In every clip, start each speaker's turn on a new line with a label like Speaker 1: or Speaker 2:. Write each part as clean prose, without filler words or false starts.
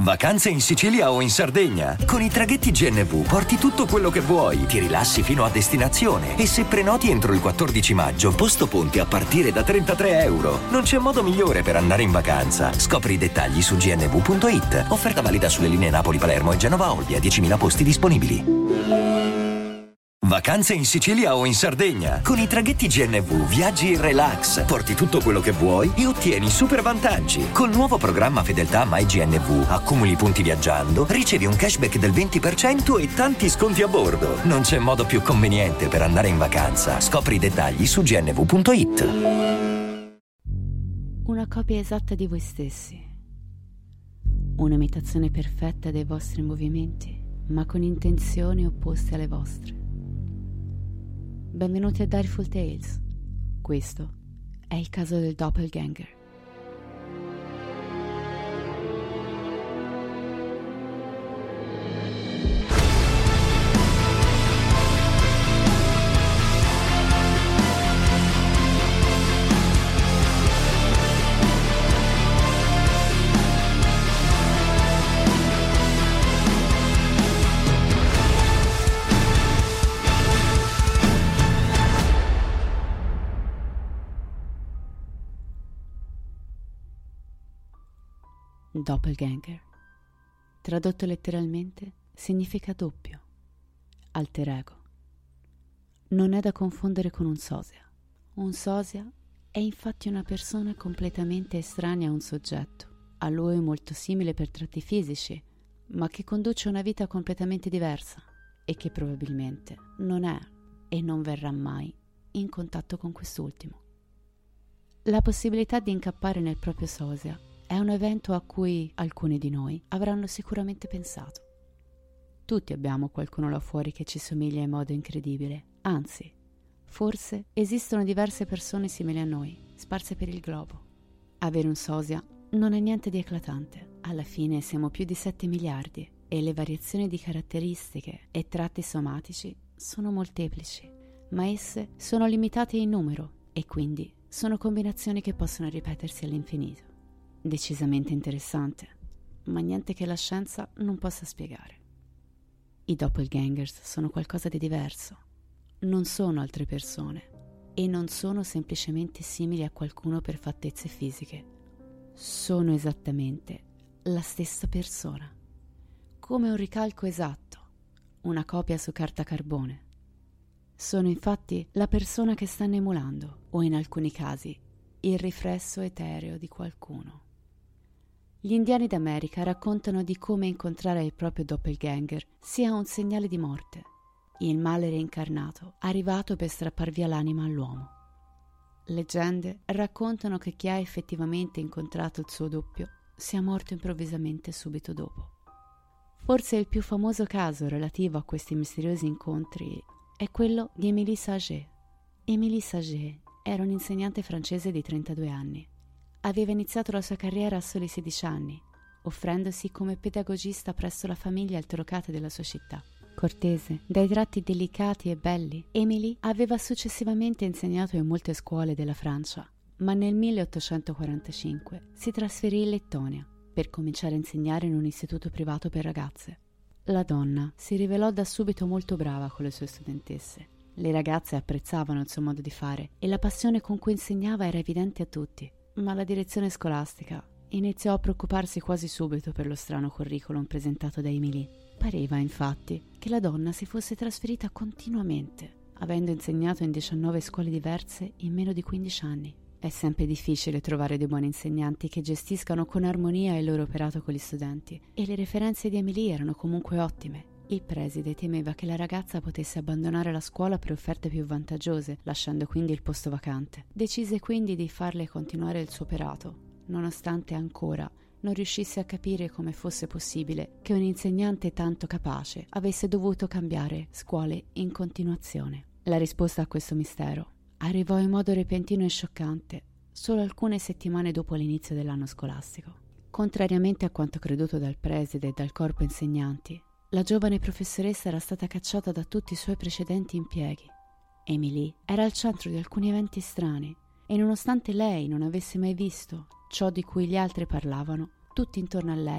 Speaker 1: Vacanze in Sicilia o in Sardegna? Con i traghetti GNV porti tutto quello che vuoi, ti rilassi fino a destinazione e se prenoti entro il 14 maggio, posto ponti a partire da €33. Non c'è modo migliore per andare in vacanza. Scopri i dettagli su gnv.it. Offerta valida sulle linee Napoli-Palermo e Genova-Olbia, 10.000 posti disponibili. Vacanze in Sicilia o in Sardegna? Con i traghetti GNV viaggi in relax, porti tutto quello che vuoi e ottieni super vantaggi. Col nuovo programma Fedeltà MyGNV accumuli punti viaggiando, ricevi un cashback del 20% e tanti sconti a bordo. Non c'è modo più conveniente per andare in vacanza. Scopri i dettagli su gnv.it.
Speaker 2: Una copia esatta di voi stessi. Un'imitazione perfetta dei vostri movimenti, ma con intenzioni opposte alle vostre. Benvenuti a Direful Tales. Questo è il caso del Doppelganger. Doppelganger, tradotto letteralmente, significa doppio, alter ego. Non è da confondere con un sosia. Un sosia è infatti una persona completamente estranea a un soggetto, a lui molto simile per tratti fisici, ma che conduce una vita completamente diversa e che probabilmente non è e non verrà mai in contatto con quest'ultimo. La possibilità di incappare nel proprio sosia è un evento a cui alcuni di noi avranno sicuramente pensato. Tutti abbiamo qualcuno là fuori che ci somiglia in modo incredibile. Anzi, forse esistono diverse persone simili a noi, sparse per il globo. Avere un sosia non è niente di eclatante. Alla fine siamo più di 7 miliardi e le variazioni di caratteristiche e tratti somatici sono molteplici, ma esse sono limitate in numero e quindi sono combinazioni che possono ripetersi all'infinito. Decisamente interessante, ma niente che la scienza non possa spiegare. I doppelgangers sono qualcosa di diverso. Non sono altre persone e non sono semplicemente simili a qualcuno per fattezze fisiche. Sono esattamente la stessa persona, come un ricalco esatto, una copia su carta carbone. Sono infatti la persona che stanno emulando, o in alcuni casi, il riflesso etereo di qualcuno. Gli indiani d'America raccontano di come incontrare il proprio doppelganger sia un segnale di morte, il male reincarnato arrivato per strappar via l'anima all'uomo. Leggende raccontano che chi ha effettivamente incontrato il suo doppio sia morto improvvisamente subito dopo. Forse il più famoso caso relativo a questi misteriosi incontri è quello di Émilie Saget. Émilie Saget era un'insegnante francese di 32 anni. Aveva iniziato la sua carriera a soli 16 anni, offrendosi come pedagogista presso la famiglia altolocata della sua città. Cortese, dai tratti delicati e belli, Émilie aveva successivamente insegnato in molte scuole della Francia, ma nel 1845 si trasferì in Lettonia per cominciare a insegnare in un istituto privato per ragazze. La donna si rivelò da subito molto brava con le sue studentesse. Le ragazze apprezzavano il suo modo di fare e la passione con cui insegnava era evidente a tutti. Ma la direzione scolastica iniziò a preoccuparsi quasi subito per lo strano curriculum presentato da Émilie. Pareva, infatti, che la donna si fosse trasferita continuamente, avendo insegnato in 19 scuole diverse in meno di 15 anni. È sempre difficile trovare dei buoni insegnanti che gestiscano con armonia il loro operato con gli studenti, e le referenze di Émilie erano comunque ottime. Il preside temeva che la ragazza potesse abbandonare la scuola per offerte più vantaggiose, lasciando quindi il posto vacante. Decise quindi di farle continuare il suo operato, nonostante ancora non riuscisse a capire come fosse possibile che un insegnante tanto capace avesse dovuto cambiare scuole in continuazione. La risposta a questo mistero arrivò in modo repentino e scioccante solo alcune settimane dopo l'inizio dell'anno scolastico. Contrariamente a quanto creduto dal preside e dal corpo insegnanti, la giovane professoressa era stata cacciata da tutti i suoi precedenti impieghi. Émilie era al centro di alcuni eventi strani e nonostante lei non avesse mai visto ciò di cui gli altri parlavano, tutti intorno a lei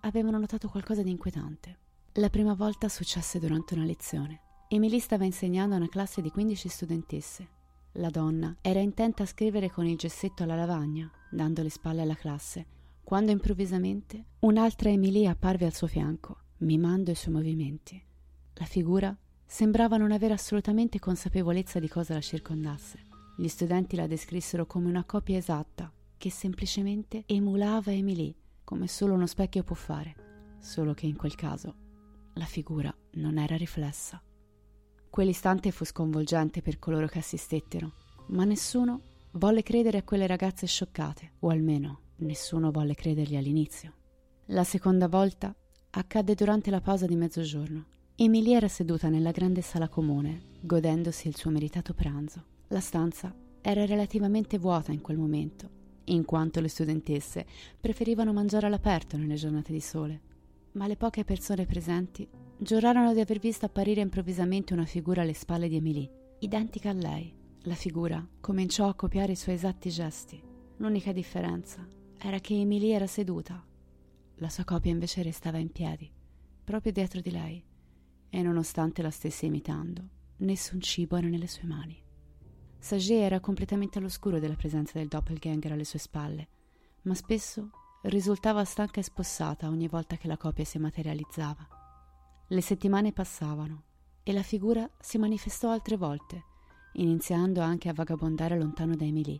Speaker 2: avevano notato qualcosa di inquietante. La prima volta successe durante una lezione. Emily stava insegnando a una classe di 15 studentesse. La donna era intenta a scrivere con il gessetto alla lavagna, dando le spalle alla classe, quando improvvisamente un'altra Emily apparve al suo fianco, mimando i suoi movimenti. La figura sembrava non avere assolutamente consapevolezza di cosa la circondasse. Gli studenti la descrissero come una copia esatta, che semplicemente emulava Emily, come solo uno specchio può fare, solo che in quel caso la figura non era riflessa. Quell'istante fu sconvolgente per coloro che assistettero, ma nessuno volle credere a quelle ragazze scioccate, o almeno nessuno volle credergli all'inizio. La seconda volta accadde durante la pausa di mezzogiorno. Emily era seduta nella grande sala comune, godendosi il suo meritato pranzo. La stanza era relativamente vuota in quel momento, in quanto le studentesse preferivano mangiare all'aperto nelle giornate di sole. Ma le poche persone presenti giurarono di aver visto apparire improvvisamente una figura alle spalle di Emily, identica a lei. La figura cominciò a copiare i suoi esatti gesti. L'unica differenza era che Emily era seduta. La sua copia invece restava in piedi, proprio dietro di lei, e nonostante la stesse imitando, nessun cibo era nelle sue mani. Sage era completamente all'oscuro della presenza del doppelganger alle sue spalle, ma spesso risultava stanca e spossata ogni volta che la copia si materializzava. Le settimane passavano e la figura si manifestò altre volte, iniziando anche a vagabondare lontano da Emily.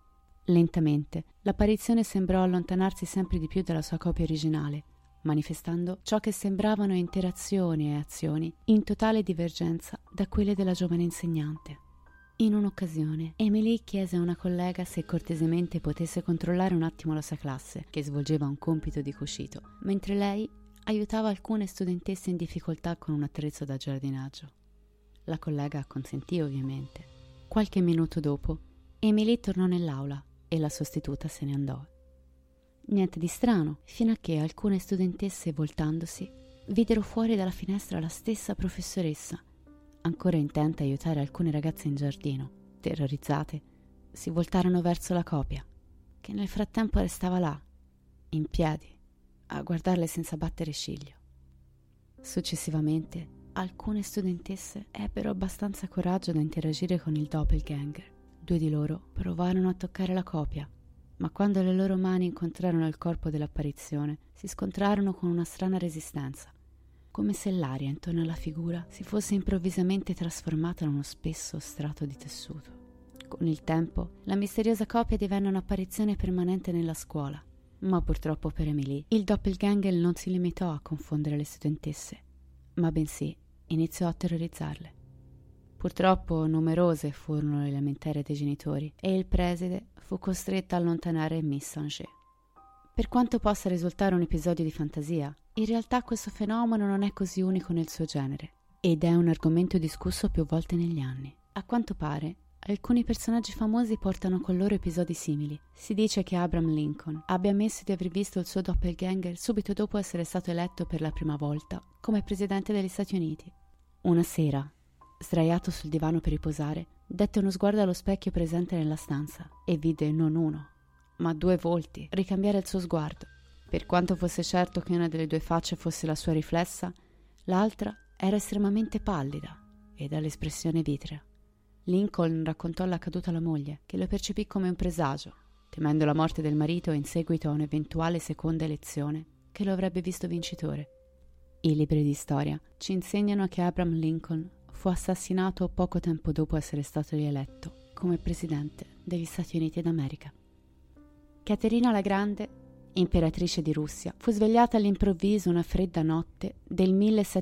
Speaker 2: Lentamente l'apparizione sembrò allontanarsi sempre di più dalla sua copia originale, manifestando ciò che sembravano interazioni e azioni in totale divergenza da quelle della giovane insegnante. In un'occasione, Emily chiese a una collega se cortesemente potesse controllare un attimo la sua classe, che svolgeva un compito di cucito, mentre lei aiutava alcune studentesse in difficoltà con un attrezzo da giardinaggio. La collega acconsentì ovviamente. Qualche minuto dopo, Emily tornò nell'aula e la sostituta se ne andò. Niente di strano, fino a che alcune studentesse, voltandosi, videro fuori dalla finestra la stessa professoressa, ancora intenta a aiutare alcune ragazze in giardino. Terrorizzate, si voltarono verso la copia, che nel frattempo restava là, in piedi, a guardarle senza battere ciglio. Successivamente, alcune studentesse ebbero abbastanza coraggio da interagire con il doppelganger. 2 di loro provarono a toccare la copia, ma quando le loro mani incontrarono il corpo dell'apparizione, si scontrarono con una strana resistenza, come se l'aria intorno alla figura si fosse improvvisamente trasformata in uno spesso strato di tessuto. Con il tempo, la misteriosa copia divenne un'apparizione permanente nella scuola, ma purtroppo per Emily il doppelganger non si limitò a confondere le studentesse, ma bensì iniziò a terrorizzarle. Purtroppo numerose furono le lamentele dei genitori e il preside fu costretto a allontanare Miss Sage. Per quanto possa risultare un episodio di fantasia, in realtà questo fenomeno non è così unico nel suo genere ed è un argomento discusso più volte negli anni. A quanto pare, alcuni personaggi famosi portano con loro episodi simili. Si dice che Abraham Lincoln abbia ammesso di aver visto il suo doppelganger subito dopo essere stato eletto per la prima volta come presidente degli Stati Uniti. Una sera, sdraiato sul divano per riposare, dette uno sguardo allo specchio presente nella stanza e vide non uno, ma 2 volti ricambiare il suo sguardo. Per quanto fosse certo che una delle 2 facce fosse la sua riflessa, l'altra era estremamente pallida e dall'espressione vitrea. Lincoln raccontò l'accaduto alla moglie, che lo percepì come un presagio, temendo la morte del marito in seguito a un'eventuale seconda elezione che lo avrebbe visto vincitore. I libri di storia ci insegnano che Abraham Lincoln fu assassinato poco tempo dopo essere stato rieletto come presidente degli Stati Uniti d'America. Caterina la Grande, imperatrice di Russia, fu svegliata all'improvviso una fredda notte del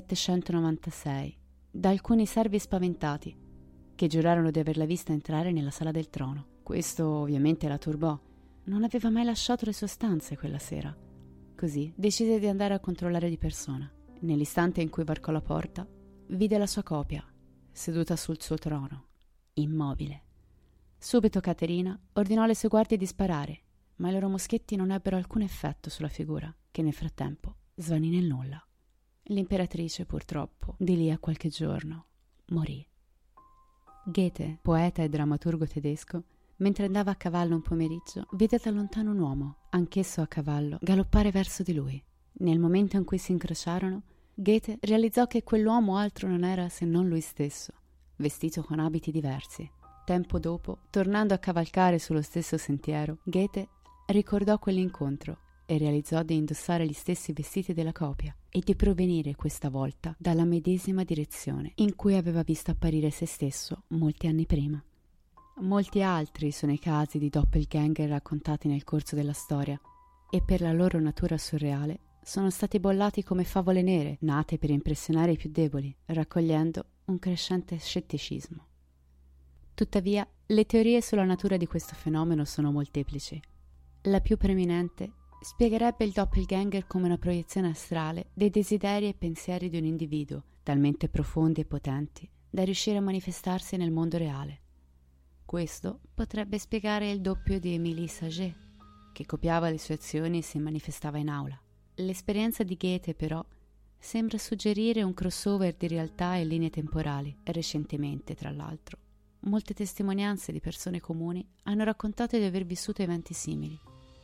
Speaker 2: 1796 da alcuni servi spaventati che giurarono di averla vista entrare nella sala del trono. Questo ovviamente la turbò. Non aveva mai lasciato le sue stanze quella sera. Così decise di andare a controllare di persona. Nell'istante in cui varcò la porta, vide la sua copia, seduta sul suo trono, immobile. Subito Caterina ordinò alle sue guardie di sparare, ma i loro moschetti non ebbero alcun effetto sulla figura, che nel frattempo svanì nel nulla. L'imperatrice, purtroppo, di lì a qualche giorno, morì. Goethe, poeta e drammaturgo tedesco, mentre andava a cavallo un pomeriggio, vide da lontano un uomo, anch'esso a cavallo, galoppare verso di lui. Nel momento in cui si incrociarono, Goethe realizzò che quell'uomo altro non era se non lui stesso, vestito con abiti diversi. Tempo dopo, tornando a cavalcare sullo stesso sentiero, Goethe ricordò quell'incontro e realizzò di indossare gli stessi vestiti della copia e di provenire questa volta dalla medesima direzione in cui aveva visto apparire se stesso molti anni prima. Molti altri sono i casi di doppelganger raccontati nel corso della storia e per la loro natura surreale sono stati bollati come favole nere nate per impressionare i più deboli, raccogliendo un crescente scetticismo. Tuttavia, le teorie sulla natura di questo fenomeno sono molteplici. La più preeminente spiegherebbe il doppelganger come una proiezione astrale dei desideri e pensieri di un individuo, talmente profondi e potenti da riuscire a manifestarsi nel mondo reale. Questo potrebbe spiegare il doppio di Émilie Saget, che copiava le sue azioni e si manifestava in aula. L'esperienza di Goethe, però, sembra suggerire un crossover di realtà e linee temporali. Recentemente, tra l'altro, molte testimonianze di persone comuni hanno raccontato di aver vissuto eventi simili.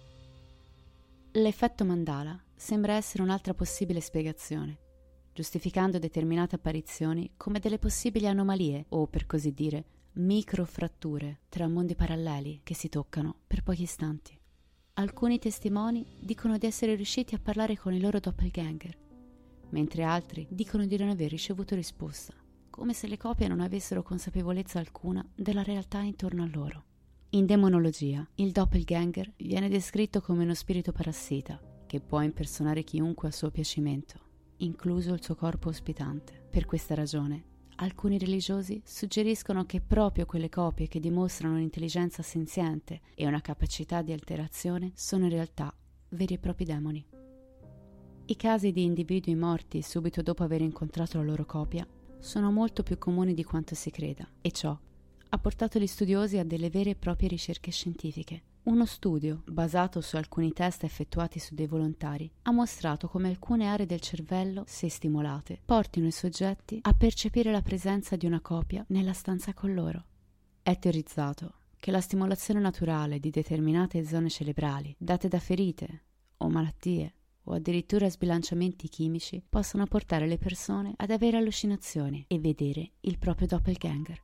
Speaker 2: L'effetto mandala sembra essere un'altra possibile spiegazione, giustificando determinate apparizioni come delle possibili anomalie o, per così dire, microfratture tra mondi paralleli che si toccano per pochi istanti. Alcuni testimoni dicono di essere riusciti a parlare con i loro doppelganger, mentre altri dicono di non aver ricevuto risposta, come se le copie non avessero consapevolezza alcuna della realtà intorno a loro. In demonologia, il doppelganger viene descritto come uno spirito parassita che può impersonare chiunque a suo piacimento, incluso il suo corpo ospitante. Per questa ragione, alcuni religiosi suggeriscono che proprio quelle copie che dimostrano un'intelligenza senziente e una capacità di alterazione sono in realtà veri e propri demoni. I casi di individui morti subito dopo aver incontrato la loro copia sono molto più comuni di quanto si creda, e ciò ha portato gli studiosi a delle vere e proprie ricerche scientifiche. Uno studio, basato su alcuni test effettuati su dei volontari, ha mostrato come alcune aree del cervello, se stimolate, portino i soggetti a percepire la presenza di una copia nella stanza con loro. È teorizzato che la stimolazione naturale di determinate zone cerebrali, date da ferite o malattie, o addirittura sbilanciamenti chimici, possono portare le persone ad avere allucinazioni e vedere il proprio doppelganger.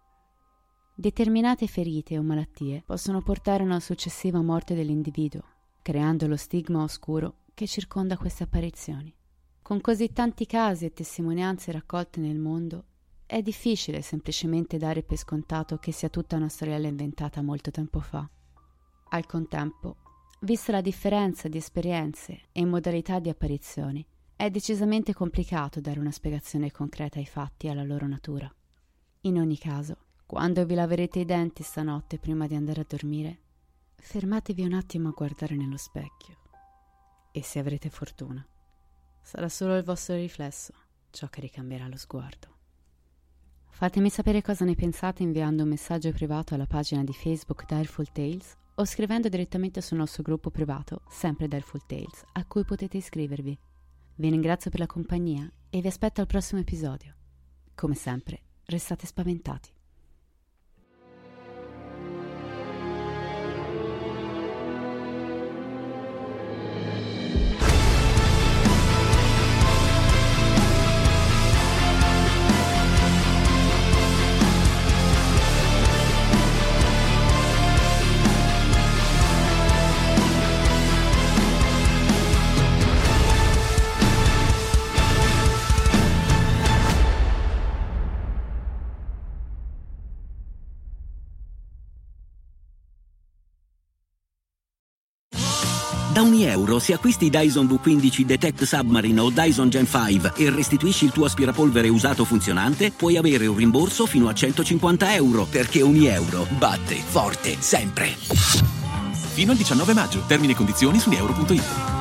Speaker 2: Determinate ferite o malattie possono portare a una successiva morte dell'individuo, creando lo stigma oscuro che circonda queste apparizioni. Con così tanti casi e testimonianze raccolte nel mondo, è difficile semplicemente dare per scontato che sia tutta una storiella inventata molto tempo fa. Al contempo, vista la differenza di esperienze e modalità di apparizioni, è decisamente complicato dare una spiegazione concreta ai fatti e alla loro natura. In ogni caso, quando vi laverete i denti stanotte prima di andare a dormire, fermatevi un attimo a guardare nello specchio e, se avrete fortuna, sarà solo il vostro riflesso ciò che ricambierà lo sguardo. Fatemi sapere cosa ne pensate inviando un messaggio privato alla pagina di Facebook Direful Tales o scrivendo direttamente sul nostro gruppo privato, sempre Direful Tales, a cui potete iscrivervi. Vi ringrazio per la compagnia e vi aspetto al prossimo episodio. Come sempre, restate spaventati.
Speaker 3: Da €1 se acquisti Dyson V15 Detect Submarine o Dyson Gen 5 e restituisci il tuo aspirapolvere usato funzionante, puoi avere un rimborso fino a €150, perché €1 batte forte sempre.
Speaker 4: Fino al 19 maggio. Termini e condizioni su euro.it.